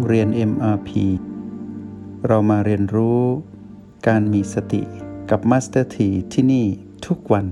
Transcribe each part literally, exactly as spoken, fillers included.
เรียน เอ็ม อาร์ พี เรามาเรียนรู้การมีสติกับ Master T ที่นี่ทุกวัน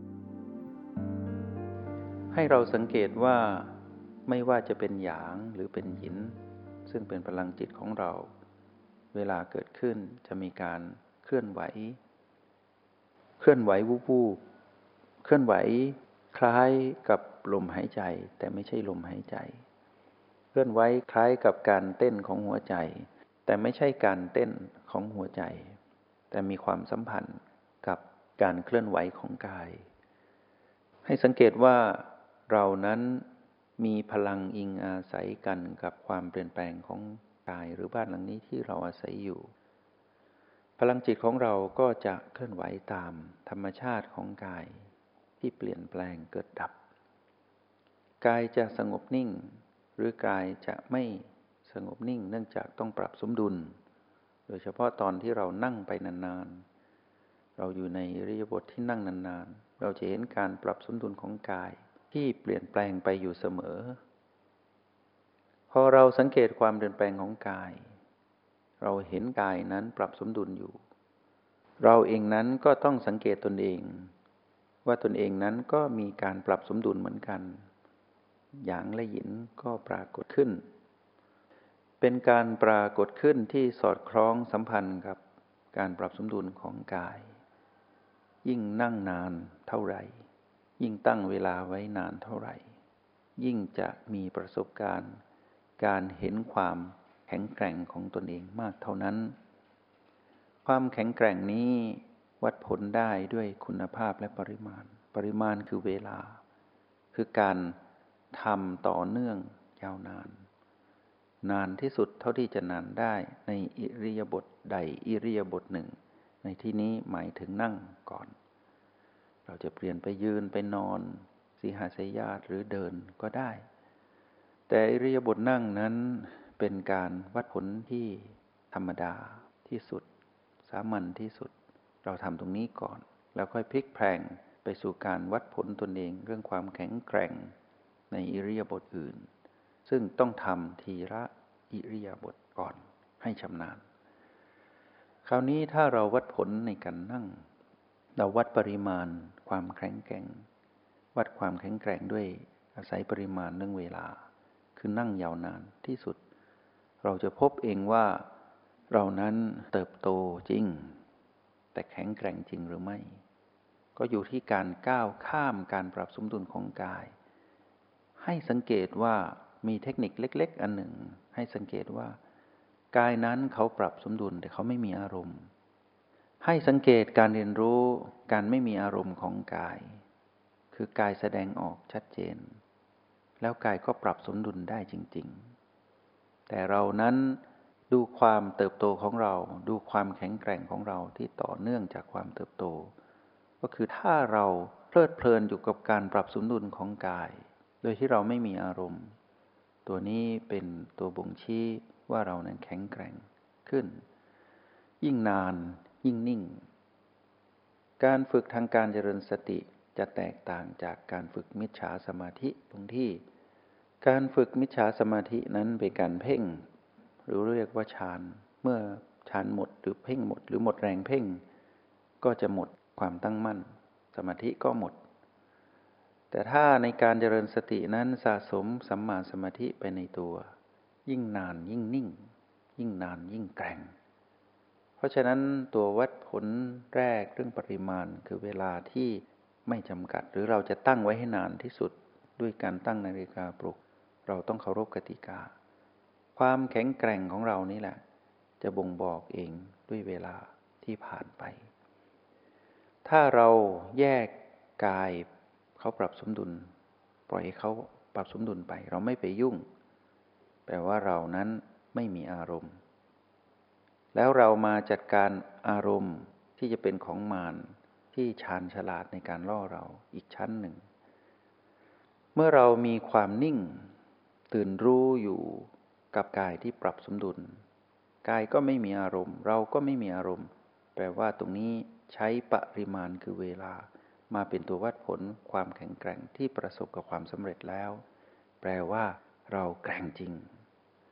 ให้เราสังเกตว่าไม่ว่าจะเป็นหยางหรือเป็นหยินซึ่งเป็นพลังจิตของเราเวลาเกิดขึ้นจะมีการเคลื่อนไหวเคลื่อนไหววูบวูบเคลื่อนไหวคล้ายกับลมหายใจแต่ไม่ใช่ลมหายใจเคลื่อนไหวคล้ายกับการเต้นของหัวใจแต่ไม่ใช่การเต้นของหัวใจแต่มีความสัมพันธ์กับการเคลื่อนไหวของกายให้สังเกตว่าเรานั้นมีพลังอิงอาศัยกันกับความเปลี่ยนแปลงของกายหรือบ้านหลังนี้ที่เราอาศัยอยู่พลังจิตของเราก็จะเคลื่อนไหวตามธรรมชาติของกายที่เปลี่ยนแปลงเกิดดับกายจะสงบนิ่งหรือกายจะไม่สงบนิ่งเนื่องจากต้องปรับสมดุลโดยเฉพาะตอนที่เรานั่งไปนานๆเราอยู่ในอิริยาบถที่นั่งนานๆเราจะเห็นการปรับสมดุลของกายที่เปลี่ยนแปลงไปอยู่เสมอพอเราสังเกตความเปลี่ยนแปลงของกายเราเห็นกายนั้นปรับสมดุลอยู่เราเองนั้นก็ต้องสังเกตตนเองว่าตนเองนั้นก็มีการปรับสมดุลเหมือนกันหยางและหยินก็ปรากฏขึ้นเป็นการปรากฏขึ้นที่สอดคล้องสัมพันธ์กับการปรับสมดุลของกายยิ่งนั่งนานเท่าไหร่ยิ่งตั้งเวลาไว้นานเท่าไหร่ยิ่งจะมีประสบการณ์การเห็นความแข็งแกร่งของตนเองมากเท่านั้นความแข็งแกร่งนี้วัดผลได้ด้วยคุณภาพและปริมาณปริมาณคือเวลาคือการทำต่อเนื่องยาวนานนานที่สุดเท่าที่จะนานได้ในอิริยาบถใดอิริยาบถหนึ่งในที่นี้หมายถึงนั่งก่อนเราจะเปลี่ยนไปยืนไปนอนสิหสยาสหรือเดินก็ได้แต่อิริยาบถนั่งนั้นเป็นการวัดผลที่ธรรมดาที่สุดสามัญที่สุดเราทำตรงนี้ก่อนแล้วค่อยพลิกแพลงไปสู่การวัดผลตนเองเรื่องความแข็งแกร่งในอิริยาบถอื่นซึ่งต้องทำทีละอิริยาบถก่อนให้ชำนาญคราวนี้ถ้าเราวัดผลในการนั่งเราวัดปริมาณความแข็งแกร่งวัดความแข็งแกร่งด้วยอาศัยปริมาณเรื่องเวลาคือนั่งยาวนานที่สุดเราจะพบเองว่าเรานั้นเติบโตจริงแต่แข็งแกร่งจริงหรือไม่ก็อยู่ที่การก้าวข้ามการปรับสมดุลของกายให้สังเกตว่ามีเทคนิคเล็กๆอันหนึ่งให้สังเกตว่ากายนั้นเขาปรับสมดุลแต่เขาไม่มีอารมณ์ให้สังเกตการเรียนรู้การไม่มีอารมณ์ของกายคือกายแสดงออกชัดเจนแล้วกายก็ปรับสมดุลได้จริงๆแต่เรานั้นดูความเติบโตของเราดูความแข็งแกร่งของเราที่ต่อเนื่องจากความเติบโตก็คือถ้าเราเพลิดเพลินอยู่กับการปรับสมดุลของกายโดยที่เราไม่มีอารมณ์ตัวนี้เป็นตัวบ่งชี้ว่าเรานั้นแข็งแกร่งขึ้นยิ่งนานยิ่งนิ่งการฝึกทางการเจริญสติจะแตกต่างจากการฝึกมิจฉาสมาธิตรงที่การฝึกมิจฉาสมาธินั้นเป็นการเพ่งหรือเรียกว่าฌานเมื่อฌานหมดหรือเพ่งหมดหรือหมดแรงเพ่งก็จะหมดความตั้งมั่นสมาธิก็หมดแต่ถ้าในการเจริญสตินั้นสะสมสัมมาสมาธิไปในตัวยิ่งนานยิ่งนิ่งยิ่งนานยิ่งแกร่งเพราะฉะนั้นตัววัดผลแรกเรื่องปริมาณคือเวลาที่ไม่จำกัดหรือเราจะตั้งไว้ให้นานที่สุดด้วยการตั้งนาฬิกาปลุกเราต้องเคารพกติกาความแข็งแกร่งของเรานี่แหละจะบ่งบอกเองด้วยเวลาที่ผ่านไปถ้าเราแยกกายเขาปรับสมดุลปล่อยให้เขาปรับสมดุลไปเราไม่ไปยุ่งแปลว่าเรานั้นไม่มีอารมณ์แล้วเรามาจัดการอารมณ์ที่จะเป็นของมารที่ชาญฉลาดในการล่อเราอีกชั้นหนึ่งเมื่อเรามีความนิ่งตื่นรู้อยู่กับกายที่ปรับสมดุลกายก็ไม่มีอารมณ์เราก็ไม่มีอารมณ์แปลว่าตรงนี้ใช้ปริมาณคือเวลามาเป็นตัววัดผลความแข็งแกร่งที่ประสบกับความสำเร็จแล้วแปลว่าเราแกร่งจริง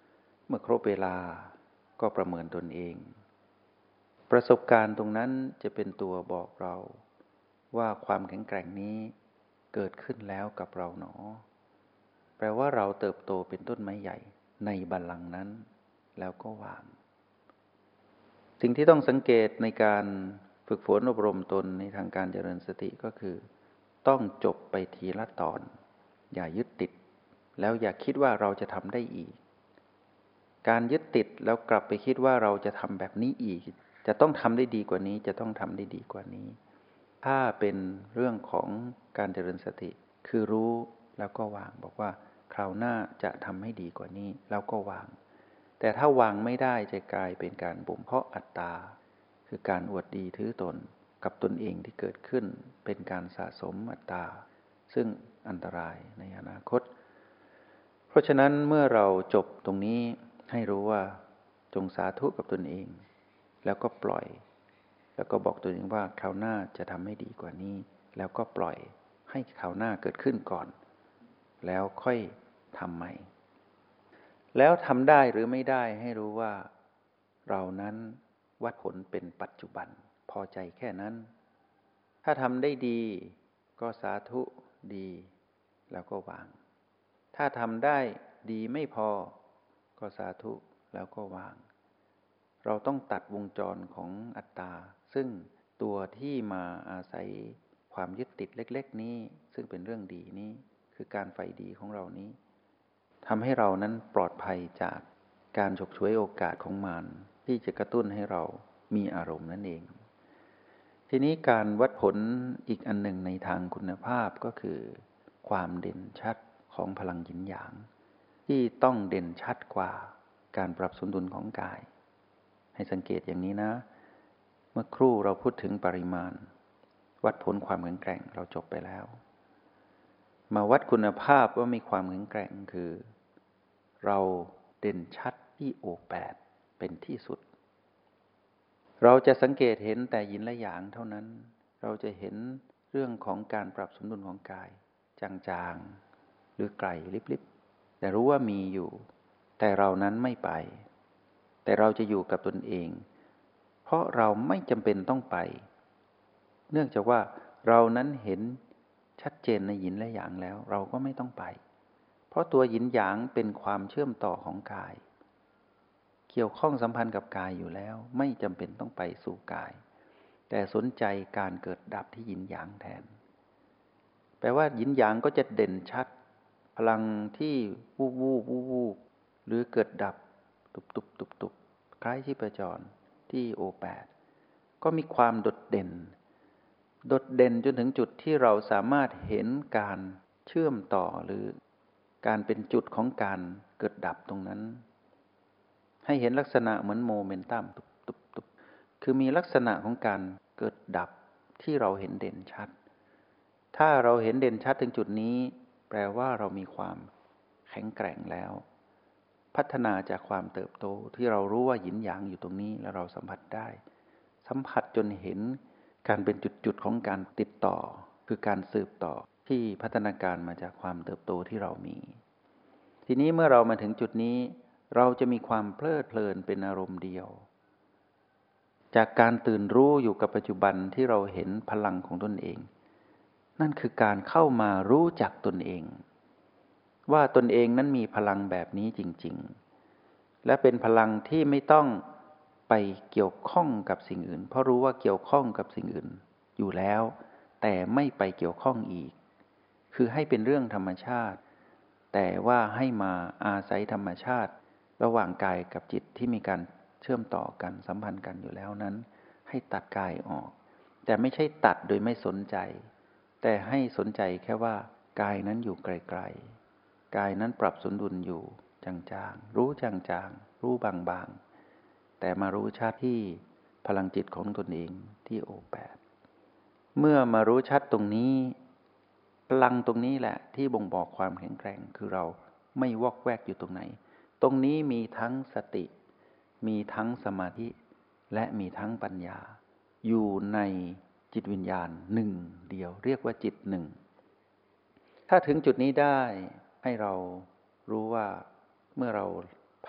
มื่อครบเวลาก็ประเมินตนเองประสบการณ์ตรงนั้นจะเป็นตัวบอกเราว่าความแข็งแกร่งนี้เกิดขึ้นแล้วกับเราหนอแปลว่าเราเติบโตเป็นต้นไม้ใหญ่ในบัลลังก์นั้นแล้วก็วางสิ่งที่ต้องสังเกตในการฝึกฝนอบรมตนในทางการเจริญสติก็คือต้องจบไปทีละตอนอย่ายึดติดแล้วอย่าคิดว่าเราจะทำได้อีกการยึดติดแล้วกลับไปคิดว่าเราจะทำแบบนี้อีกจะต้องทำได้ดีกว่านี้จะต้องทำได้ดีกว่านี้ถ้าเป็นเรื่องของการเจริญสติคือรู้แล้วก็วางบอกว่าคราวหน้าจะทำให้ดีกว่านี้แล้วก็วางแต่ถ้าวางไม่ได้จะกลายเป็นการบ่มเพาะอัตตาคือการอวดดีถือตนกับตนเองที่เกิดขึ้นเป็นการสะสมอัตตาซึ่งอันตรายในอนาคตเพราะฉะนั้นเมื่อเราจบตรงนี้ให้รู้ว่าจงสาธุกับตนเองแล้วก็ปล่อยแล้วก็บอกตัวเองว่าคราวหน้าจะทำให้ดีกว่านี้แล้วก็ปล่อยให้คราวหน้าเกิดขึ้นก่อนแล้วค่อยทำใหม่แล้วทำได้หรือไม่ได้ให้รู้ว่าเรานั้นวัดผลเป็นปัจจุบันพอใจแค่นั้นถ้าทำได้ดีก็สาธุดีแล้วก็วางถ้าทำได้ดีไม่พอก็สาธุแล้วก็วางเราต้องตัดวงจรของอัตตาซึ่งตัวที่มาอาศัยความยึดติดเล็กๆนี้ซึ่งเป็นเรื่องดีนี้คือการใฝ่ดีของเรานี้ทำให้เรานั้นปลอดภัยจากการฉกฉวยโอกาสของมารที่จะกระตุ้นให้เรามีอารมณ์นั่นเองทีนี้การวัดผลอีกอันหนึ่งในทางคุณภาพก็คือความเด่นชัดของพลังหยินหยางที่ต้องเด่นชัดกว่าการปรับสมดุลของกายให้สังเกตอย่างนี้นะเมื่อครู่เราพูดถึงปริมาณวัดผลความแข็งแกร่งเราจบไปแล้วมาวัดคุณภาพว่ามีความแข็งแกร่งคือเราเด่นชัดที่โอแปดเป็นที่สุดเราจะสังเกตเห็นแต่หยินและหยางเท่านั้นเราจะเห็นเรื่องของการปรับสมดุลของกายจางๆหรือไกลลิบๆแต่รู้ว่ามีอยู่แต่เรานั้นไม่ไปแต่เราจะอยู่กับตนเองเพราะเราไม่จำเป็นต้องไปเนื่องจากว่าเรานั้นเห็นชัดเจนในหยินและหยางแล้วเราก็ไม่ต้องไปเพราะตัวหยินหยางเป็นความเชื่อมต่อของกายเกี่ยวข้องสัมพันธ์กับกายอยู่แล้วไม่จำเป็นต้องไปสู่กายแต่สนใจการเกิดดับที่หยินหยางแทนแปลว่าหยินหยางก็จะเด่นชัดพลังที่วูบวูบวูบวูบหรือเกิดดับตุบตุบตุบตุบคล้ายชีพจรที่โอแปดก็มีความโดดเด่นโดดเด่นจนถึงจุดที่เราสามารถเห็นการเชื่อมต่อหรือการเป็นจุดของการเกิดดับตรงนั้นให้เห็นลักษณะเหมือนโมเมนตัมตุบตุบตุบคือมีลักษณะของการเกิดดับที่เราเห็นเด่นชัดถ้าเราเห็นเด่นชัดถึงจุดนี้แปลว่าเรามีความแข็งแกร่งแล้วพัฒนาจากความเติบโตที่เรารู้ว่าหยินหยางอยู่ตรงนี้แล้วเราสัมผัสได้สัมผัสจนเห็นการเป็นจุดๆของการติดต่อคือการสืบต่อที่พัฒนาการมาจากความเติบโตที่เรามีทีนี้เมื่อเรามาถึงจุดนี้เราจะมีความเพลิดเพลินเป็นอารมณ์เดียวจากการตื่นรู้อยู่กับปัจจุบันที่เราเห็นพลังของตนเองนั่นคือการเข้ามารู้จักตนเองว่าตนเองนั้นมีพลังแบบนี้จริงๆและเป็นพลังที่ไม่ต้องไปเกี่ยวข้องกับสิ่งอื่นเพราะรู้ว่าเกี่ยวข้องกับสิ่งอื่นอยู่แล้วแต่ไม่ไปเกี่ยวข้องอีกคือให้เป็นเรื่องธรรมชาติแต่ว่าให้มาอาศัยธรรมชาติระหว่างกายกับจิตที่มีการเชื่อมต่อกันสัมพันธ์กันอยู่แล้วนั้นให้ตัดกายออกแต่ไม่ใช่ตัดโดยไม่สนใจแต่ให้สนใจแค่ว่ากายนั้นอยู่ไกลๆกายนั้นปรับสมดุลอยู่จางๆรู้จางๆรู้บางๆแต่มารู้ชัดที่พลังจิตของตนเองที่โอแปดเมื่อมารู้ชัดตรงนี้พลังตรงนี้แหละที่บ่งบอกความแข็งแกร่งคือเราไม่วอกแวกอยู่ตรงไหนตรงนี้มีทั้งสติมีทั้งสมาธิและมีทั้งปัญญาอยู่ในจิตวิญญาณหนึ่งเดียวเรียกว่าจิตหนึ่งถ้าถึงจุดนี้ได้ให้เรารู้ว่าเมื่อเราภ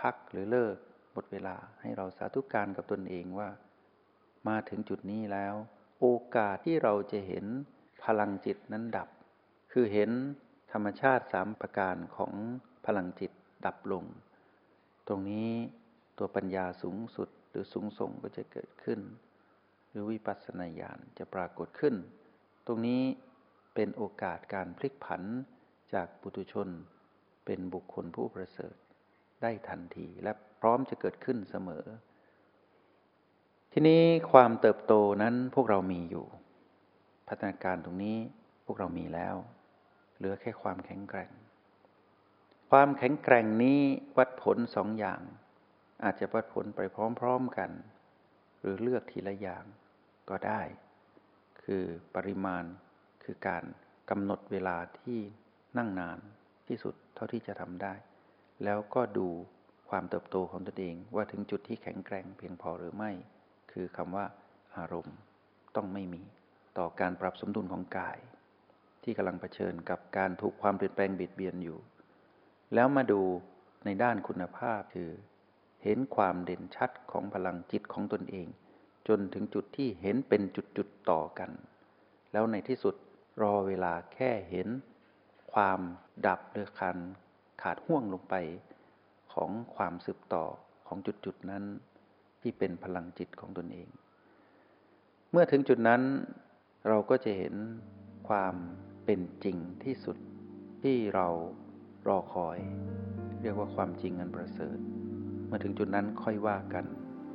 พักหรือเลิกหมดเวลาให้เราสาธุการกับตนเองว่ามาถึงจุดนี้แล้วโอกาสที่เราจะเห็นพลังจิตนั้นดับคือเห็นธรรมชาติสามประการของพลังจิตดับลงตรงนี้ตัวปัญญาสูงสุดหรือสูงส่งก็จะเกิดขึ้นหรือวิปัสสนาญาณจะปรากฏขึ้นตรงนี้เป็นโอกาสการพลิกผันจากปุถุชนเป็นบุคคลผู้ประเสริฐได้ทันทีและพร้อมจะเกิดขึ้นเสมอทีนี้ความเติบโตนั้นพวกเรามีอยู่พัฒนาการตรงนี้พวกเรามีแล้วเหลือแค่ความแข็งแกร่งความแข็งแกร่งนี้วัดผลสองอย่างอาจจะวัดผลไปพร้อมๆกันหรือเลือกทีละอย่างก็ได้คือปริมาณคือการกำหนดเวลาที่นั่งนานที่สุดเท่าที่จะทำได้แล้วก็ดูความเติบโตของตนเองว่าถึงจุดที่แข็งแกร่งเพียงพอหรือไม่คือคำว่าอารมณ์ต้องไม่มีต่อการปรับสมดุลของกายที่กำลังเผชิญกับการถูกความเปลี่ยนแปลงเบียดเบียนอยู่แล้วมาดูในด้านคุณภาพคือเห็นความเด่นชัดของพลังจิตของตนเองจนถึงจุดที่เห็นเป็นจุดๆต่อกันแล้วในที่สุดรอเวลาแค่เห็นความดับหรือการขาดห่วงลงไปของความสืบต่อของจุดๆนั้นที่เป็นพลังจิตของตนเองเมื่อถึงจุดนั้นเราก็จะเห็นความเป็นจริงที่สุดที่เรารอคอยเรียกว่าความจริงอันประเสริฐเมื่อถึงจุดนั้นค่อยว่ากัน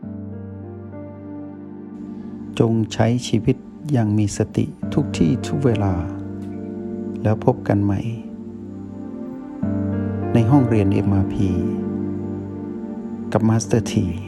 จงใช้ชีวิตอย่างมีสติทุกที่ทุกเวลาแล้วพบกันใหม่ในห้องเรียน เอ็ม อาร์ พี กับมาสเตอร์ ที